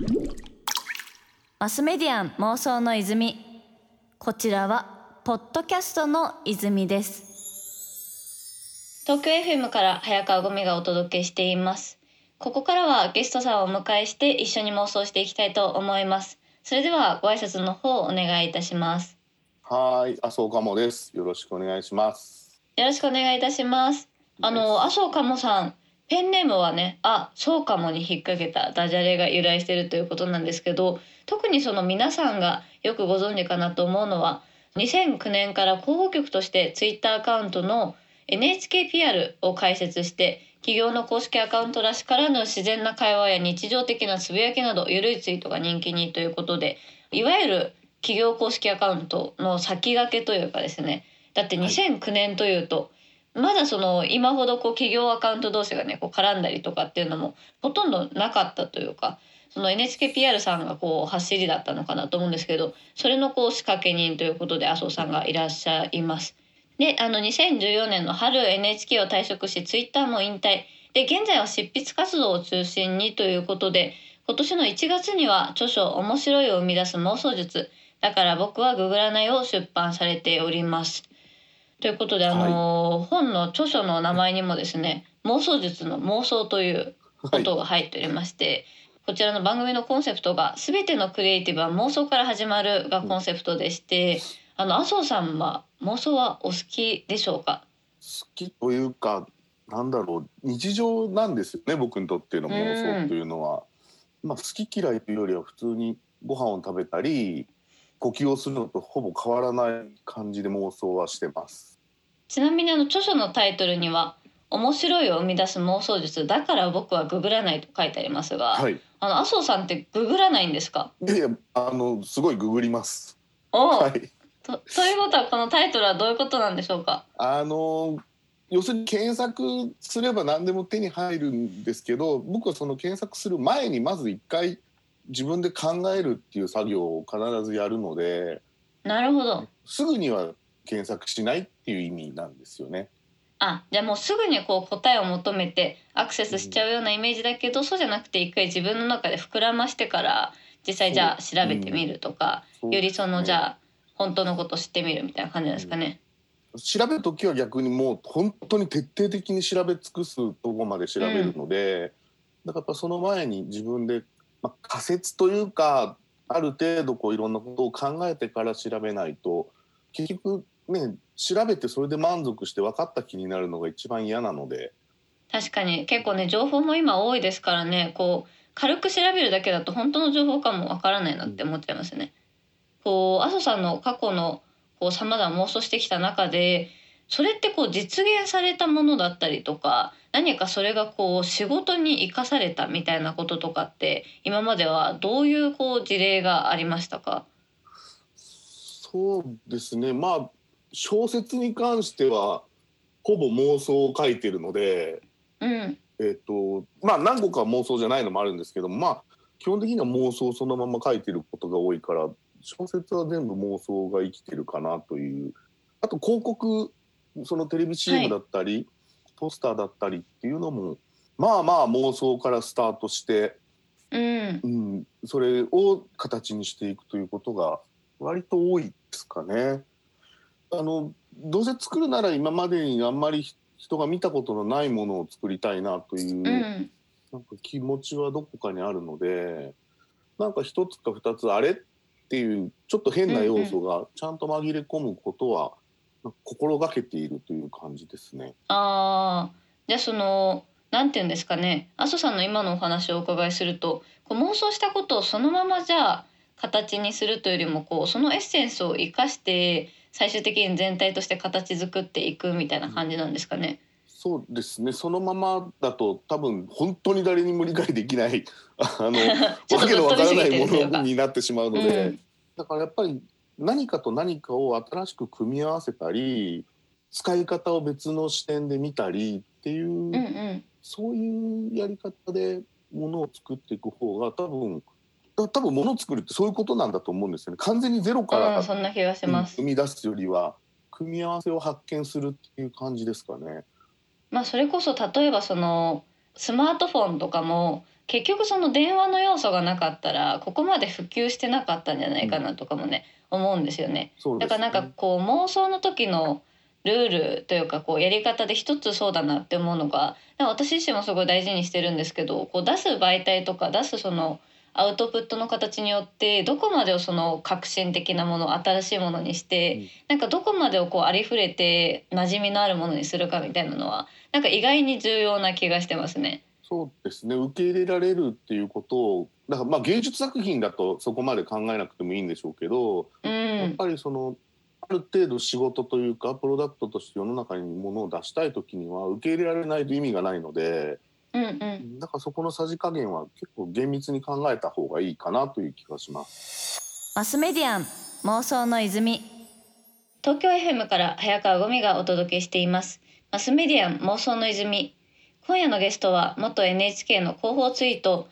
マスメディアン妄想の泉。こちらはポッドキャストの泉です。東京 FM から早川ゴミがお届けしています。ここからはゲストさんをお迎えして一緒に妄想していきたいと思います。それではご挨拶の方お願いいたします。 はい、麻生鴨です。よろしくお願いします。 よろしくお願いいたします。麻生鴨さん、ペンネームはね、そうかもに引っ掛けたダジャレが由来しているということなんですけど、特にその皆さんがよくご存知かなと思うのは、2009年から広報局としてツイッターアカウントの NHKPR を開設して、企業の公式アカウントらしからぬ自然な会話や日常的なつぶやきなどゆるいツイートが人気にということで、いわゆる企業公式アカウントの先駆けというかですね、だって2009年というと、まだその今ほど企業アカウント同士がね絡んだりとかっていうのもほとんどなかったというか、その NHKPR さんが走りだったのかなと思うんですけど、それの仕掛け人ということで麻生さんがいらっしゃいます。で2014年の春 NHK を退職しツイッターも引退で、現在は執筆活動を中心にということで、今年の1月には著書面白いを生み出す妄想術だから僕はググらないを出版されております。ということで本の著書の名前にもですね、妄想術の妄想ということが入っておりまして、こちらの番組のコンセプトが全てのクリエイティブは妄想から始まるがコンセプトでして、麻生さんは妄想はお好きでしょうか？ 好きというか、なんだろう、日常なんですよね、僕にとっての妄想というのは。好き嫌いというよりは普通にご飯を食べたり呼吸をするのとほぼ変わらない感じで妄想はしてます。 ちなみに著書のタイトルには面白いを生み出す妄想術だから僕はググらないと書いてありますが、はい、麻生さんってググらないんですか？ いやすごいググります。 はい、ということはこのタイトルはどういうことなんでしょうか？ 要するに検索すれば何でも手に入るんですけど、僕はその検索する前にまず一回自分で考えるっていう作業を必ずやるので。 なるほど。 すぐには検索しないっていう意味なんですよね。 じゃあもうすぐに答えを求めてアクセスしちゃうようなイメージだけど、そうじゃなくて一回自分の中で膨らましてから実際じゃあ調べてみるとか、よりじゃあ本当のことを知ってみるみたいな感じなんですかね。 調べるときは逆にもう本当に徹底的に調べ尽くすところまで調べるので、だからやっぱその前に自分で、仮説というかある程度いろんなことを考えてから調べないと、結局ね、調べてそれで満足して分かった気になるのが一番嫌なので。 確かに結構ね、情報も今多いですからね、軽く調べるだけだと本当の情報かも分からないなって思っちゃいますね。麻生さんの過去のさまざま妄想してきた中で、それって実現されたものだったりとか、何かそれが仕事に生かされたみたいなこととかって今まではどういう事例がありましたか？ そうですね、小説に関してはほぼ妄想を書いてるので、何個か妄想じゃないのもあるんですけども、基本的には妄想をそのまま書いてることが多いから、小説は全部妄想が生きてるかなという。あと広告、そのテレビ CM だったり、ポスターだったりっていうのも妄想からスタートして、それを形にしていくということが割と多いですかね。どうせ作るなら今までにあんまり人が見たことのないものを作りたいなという、なんか気持ちはどこかにあるので、なんか一つか二つあれっていうちょっと変な要素がちゃんと紛れ込むことは心がけているという感じですね。 じゃあなんていうんですかね、麻生さんの今のお話をお伺いすると、妄想したことをそのままじゃあ形にするというよりもそのエッセンスを生かして最終的に全体として形作っていくみたいな感じなんですかね。 そうですね、そのままだと多分本当に誰にも理解できないわけのわからないものになってしまうので、だからやっぱり何かと何かを新しく組み合わせたり、使い方を別の視点で見たりっていう、そういうやり方でものを作っていく方が多分ものを作るってそういうことなんだと思うんですよね。完全にゼロからそんな気がします。 生み出すよりは組み合わせを発見するっていう感じですかね。 それこそ例えばスマートフォンとかも結局その電話の要素がなかったらここまで普及してなかったんじゃないかなとかもね、思うんですよね。 そうですね。 だからなんかこう妄想の時のルールというかこうやり方で一つそうだなって思うのが、私自身もすごい大事にしてるんですけど、こう出す媒体とか出すそのアウトプットの形によってどこまでをその革新的なもの新しいものにして、なんかどこまでをこうありふれて馴染みのあるものにするかみたいなのはなんか意外に重要な気がしてますね。 そうですね、受け入れられるっていうことを、だからまあ芸術作品だとそこまで考えなくてもいいんでしょうけど、やっぱりそのある程度仕事というかプロダクトとして世の中にものを出したい時には受け入れられないと意味がないので、だからそこのさじ加減は結構厳密に考えた方がいいかなという気がします。 マスメディアン妄想の泉、東京 FM から早川ゴミがお届けしていますマスメディアン妄想の泉。今夜のゲストは元 NHK の広報ツイート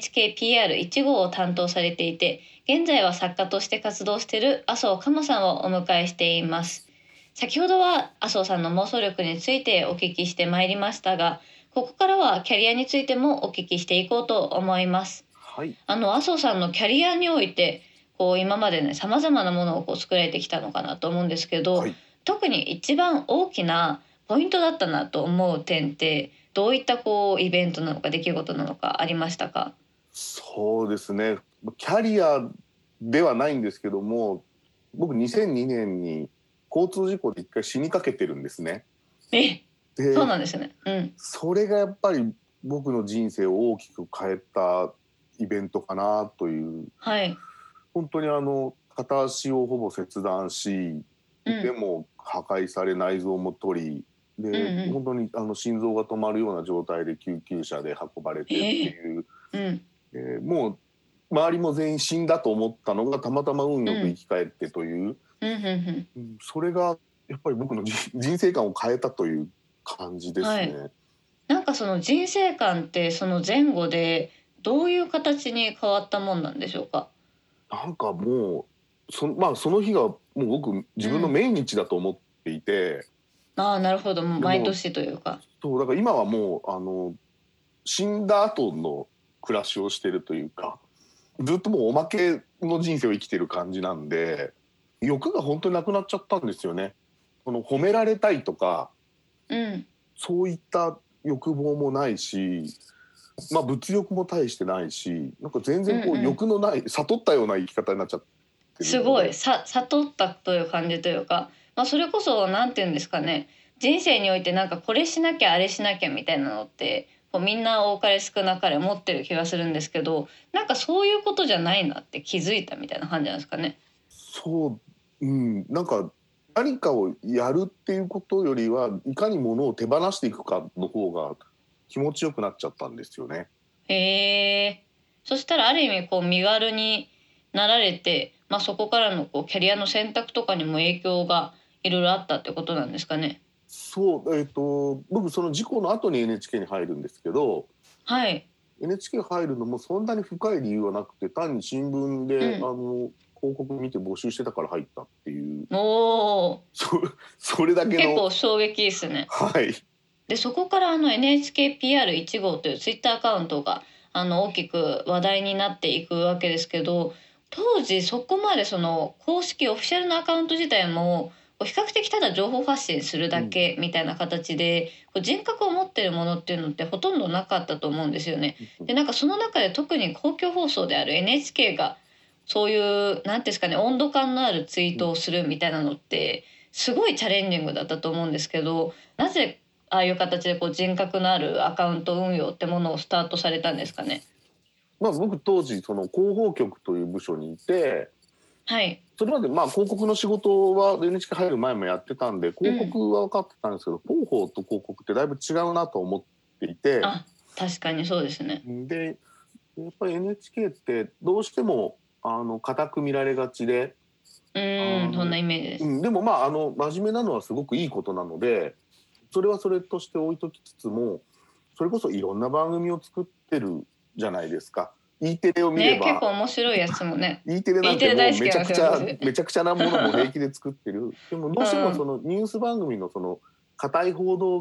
NHKPR1 号を担当されていて、現在は作家として活動している麻生かもさんをお迎えしています。先ほどは麻生さんの妄想力についてお聞きしてまいりましたが、ここからはキャリアについてもお聞きしていこうと思います。 はい、 麻生さんのキャリアにおいてこう今までね様々なものをこう作られてきたのかなと思うんですけど、特に一番大きなポイントだったなと思う点ってどういったこうイベントなのか出来事なのかありましたか？ そうですね、キャリアではないんですけども、僕2002年に交通事故で一回死にかけてるんですね。 そうなんですね。 それがやっぱり僕の人生を大きく変えたイベントかなという、本当に片足をほぼ切断し、でも破壊され内臓も取りで、本当に心臓が止まるような状態で救急車で運ばれてっていう、もう周りも全員死んだと思ったのがたまたま運よく生き返ってという、それがやっぱり僕の人生観を変えたという感じですね。 なんかその人生観ってその前後でどういう形に変わったもんなんでしょうか？ なんかもうその日がもう僕自分の命日だと思っていて、 なるほど、もう毎年というか。 そうだから今はもう死んだ後の暮らしをしてるというか、ずっともうおまけの人生を生きてる感じなんで、欲が本当になくなっちゃったんですよね。この褒められたいとか、そういった欲望もないし、物欲も大してないし、なんか全然こう欲のない、悟ったような生き方になっちゃってる。 すごい悟ったという感じというか、それこそなんていうんですかね、人生においてなんかこれしなきゃあれしなきゃみたいなのってこうみんな多かれ少なかれ持ってる気がするんですけど、なんかそういうことじゃないなって気づいたみたいな感じなんですかね。 そう、なんか何かをやるっていうことよりはいかに物を手放していくかの方が気持ちよくなっちゃったんですよね。 そしたらある意味こう身軽になられて、そこからのこうキャリアの選択とかにも影響がいろいろあったってことなんですかね。 そう、僕その事故の後に NHK に入るんですけど、NHK 入るのもそんなに深い理由はなくて、単に新聞で、広告見て募集してたから入ったっていう、それだけの結構衝撃ですね。でそこからNHKPR1 号というツイッターアカウントが大きく話題になっていくわけですけど、当時そこまでその公式オフィシャルなアカウント自体も比較的ただ情報発信するだけみたいな形で、人格を持ってるものっていうのってほとんどなかったと思うんですよね。でなんかその中で特に公共放送である NHK がそういうなんですかね、温度感のあるツイートをするみたいなのってすごいチャレンジングだったと思うんですけど、なぜああいう形でこう人格のあるアカウント運用ってものをスタートされたんですかね。 僕当時その広報局という部署にいて、それまで広告の仕事は NHK 入る前もやってたんで広告は分かってたんですけど、広報と広告ってだいぶ違うなと思っていて、 確かにそうですね。 でやっぱり NHK ってどうしても固く見られがちで、 そんなイメージです。 でも真面目なのはすごくいいことなので、それはそれとして置いときつつも、それこそいろんな番組を作ってるじゃないですか。E テレを見れば、 結構面白いやつもね。 E テレなんてもうめちゃくちゃなものも平気で作ってる。でもどうしてもそのニュース番組のその固い報道が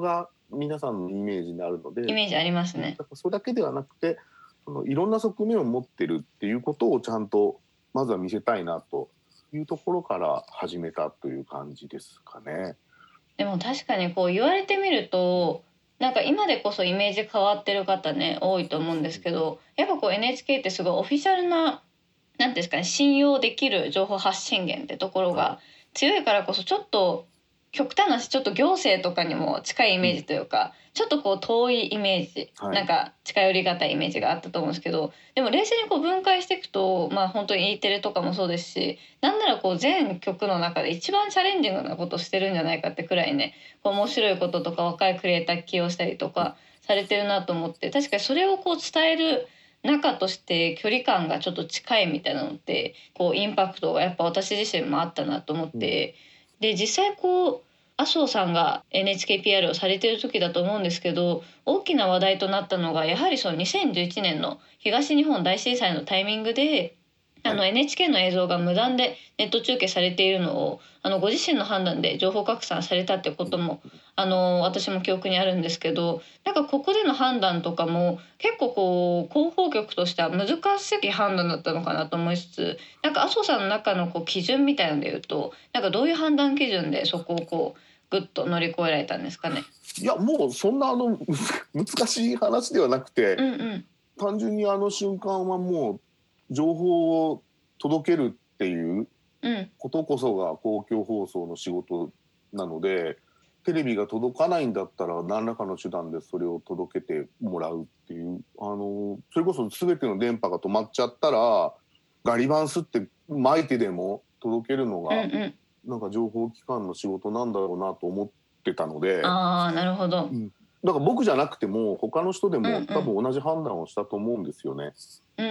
皆さんのイメージになるので、 イメージありますね。 だからそれだけではなくて、いろんな側面を持ってるっていうことをちゃんとまずは見せたいなというところから始めたという感じですかね。 でも確かにこう言われてみると、なんか今でこそイメージ変わってる方ね多いと思うんですけど、やっぱこう NHK ってすごいオフィシャルな、なんていうんですかね、信用できる情報発信源ってところが強いからこそ、ちょっと極端なし、ちょっと行政とかにも近いイメージというか、ちょっとこう遠いイメージ、 はいなんか近寄りがたいイメージがあったと思うんですけど、でも冷静にこう分解していくと、まあ本当に E テレとかもそうですし、なんならこう全局の中で一番チャレンジングなことをしてるんじゃないかってくらいね、こう面白いこととか若いクリエイター起用したりとかされてるなと思って、確かにそれをこう伝える中として距離感がちょっと近いみたいなのって、こうインパクトがやっぱ私自身もあったなと思って、で実際こう麻生さんが NHKPR をされている時だと思うんですけど、大きな話題となったのがやはりその2011年の東日本大震災のタイミングで、NHK の映像が無断でネット中継されているのをご自身の判断で情報拡散されたってことも私も記憶にあるんですけど、なんかここでの判断とかも結構こう広報局としては難しい判断だったのかなと思いつつ、なんか麻生さんの中のこう基準みたいなので言うと、なんかどういう判断基準でそこをこうぐっと乗り越えられたんですかね。 いやもうそんな難しい話ではなくて、 うんうん。 単純に瞬間はもう情報を届けるっていううんことこそが公共放送の仕事なので、テレビが届かないんだったら何らかの手段でそれを届けてもらうっていう、それこそ全ての電波が止まっちゃったらガリバンスって巻いてでも届けるのうんがうん。 なんか情報機関の仕事なんだろうなと思ってたので、 ああ、なるほど。 だから僕じゃなくても他の人でもうんうん多分同じ判断をしたと思うんですよね。 うんうん。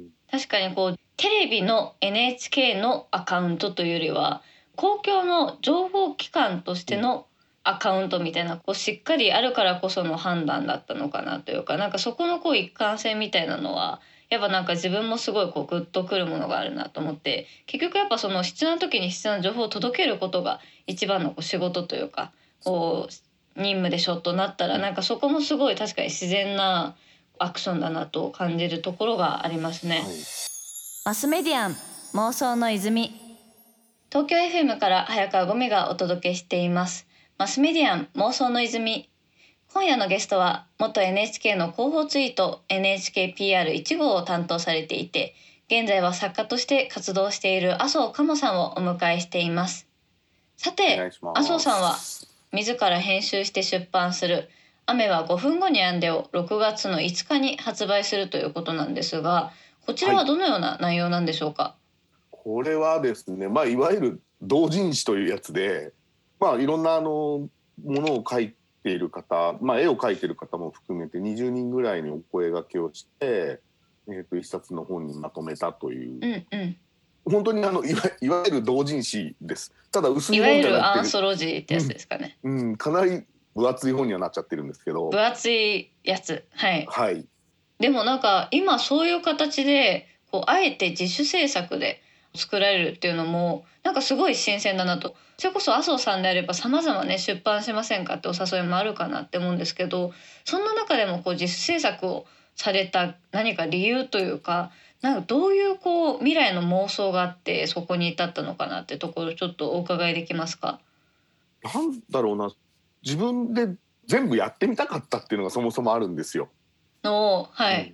確かにこうテレビの NHK のアカウントというよりは、公共の情報機関としてのアカウントみたいな、こうしっかりあるからこその判断だったのかなというか、なんかそこのこう一貫性みたいなのはやっぱなんか自分もすごいこうグッとくるものがあるなと思って、結局やっぱその必要な時に必要な情報を届けることが一番のこう仕事というか、こう任務でしょとなったら、なんかそこもすごい確かに自然なアクションだなと感じるところがありますね。 マスメディアン妄想の泉。 東京 FM から早川ゴミがお届けしていますマスメディアン妄想の泉。今夜のゲストは元 NHK の広報ツイート NHKPR1 号を担当されていて、現在は作家として活動している麻生かもさんをお迎えしています。さて麻生さんは自ら編集して出版する雨は5分後に止んでを6月の5日に発売するということなんですが、こちらはどのような内容なんでしょうか。 これはですね、いわゆる同人誌というやつで、いろんなものを描いている方、絵を描いている方も含めて20人ぐらいにお声掛けをして、一冊の本にまとめたという、本当にいわゆる同人誌です。ただ薄い本じゃなくて、いわゆるアンソロジーってやつですかね。 かなり分厚い本にはなっちゃってるんですけど。 分厚いやつ、 はい。 でもなんか今そういう形でこうあえて自主制作で作られるっていうのもなんかすごい新鮮だなと。それこそ麻生さんであれば様々ね出版しませんかってお誘いもあるかなって思うんですけど、そんな中でもこう自主制作をされた何か理由というか、なんかどういうこう未来の妄想があってそこに至ったのかなってところちょっとお伺いできますか。 なんだろうな、自分で全部やってみたかったっていうのがそもそもあるんですよ。 はい、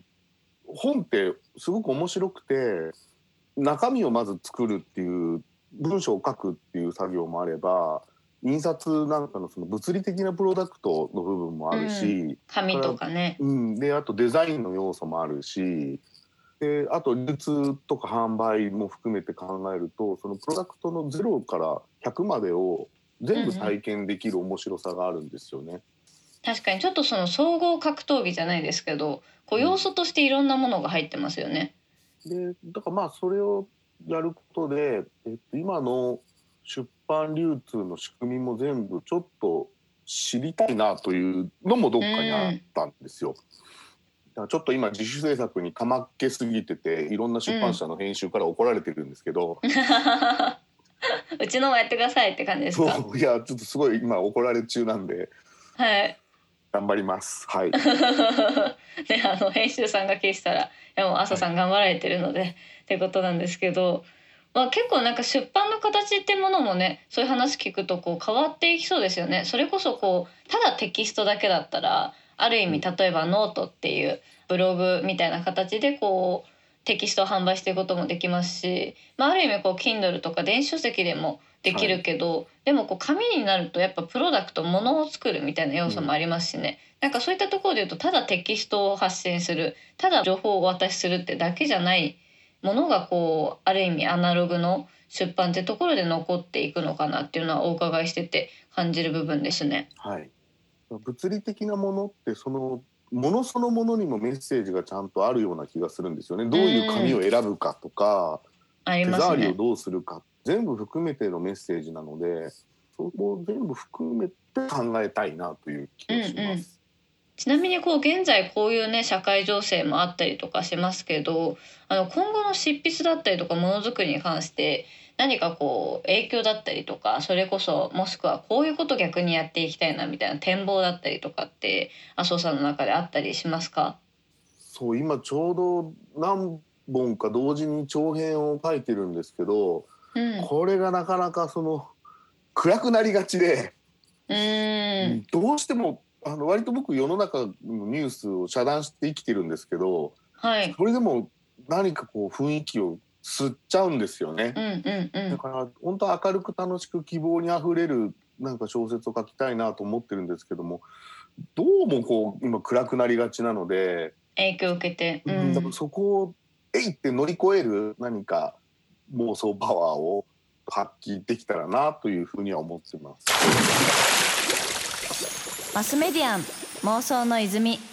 本ってすごく面白くて、中身をまず作るっていう文章を書くっていう作業もあれば、印刷なんかのその物理的なプロダクトの部分もあるし、 紙とかね、 であとデザインの要素もあるし、であと流通とか販売も含めて考えると、そのプロダクトの0から100までを全部体験できる面白さがあるんですよね。 確かにちょっとその総合格闘技じゃないですけど、こう要素としていろんなものが入ってますよね。 でだからそれをやることで、今の出版流通の仕組みも全部ちょっと知りたいなというのもどっかにあったんですよ。だからちょっと今自主制作にかまけすぎてて、いろんな出版社の編集から怒られてるんですけど、 うちのもやってくださいって感じですか。 いやちょっとすごい今怒られ中なんで、 はい。 頑張ります。はい。 ね、編集さんが消したら、いやもう朝さん頑張られてるので、ってことなんですけど、まあ、結構なんか出版の形ってものもね、そういう話聞くとこう変わっていきそうですよね。それこそこうただテキストだけだったら、ある意味例えばノートっていうブログみたいな形でこうテキストを販売していくこともできますし、まあ、ある意味こう Kindle とか電子書籍でもできるけど、でもこう紙になるとやっぱプロダクトものを作るみたいな要素もありますしね、なんかそういったところで言うと、ただテキストを発信する、ただ情報をお渡しするってだけじゃないものがこうある意味アナログの出版ってところで残っていくのかなっていうのはお伺いしてて感じる部分ですね。 はい、物理的なものってそのものそのものにもメッセージがちゃんとあるような気がするんですよね。どういう紙を選ぶかとか、手触りをどうするか、全部含めてのメッセージなので、そこを全部含めて考えたいなという気がします。 ちなみにこう現在こういうね社会情勢もあったりとかしますけど、今後の執筆だったりとかものづくりに関して何かこう影響だったりとか、それこそもしくはこういうこと逆にやっていきたいなみたいな展望だったりとかって麻生さんの中であったりしますか？ そう、今ちょうど何本か同時に長編を書いてるんですけど、これがなかなかその暗くなりがちで、どうしても割と僕世の中のニュースを遮断して生きてるんですけど、 はい、 それでも何かこう雰囲気を吸っちゃうんですよね。だから本当は明るく楽しく希望にあふれるなんか小説を書きたいなと思ってるんですけども、どうもこう今暗くなりがちなので、 影響を受けて、 だからそこをって乗り越える何か妄想パワーを発揮できたらなというふうには思ってます。 マスメディアン妄想の泉。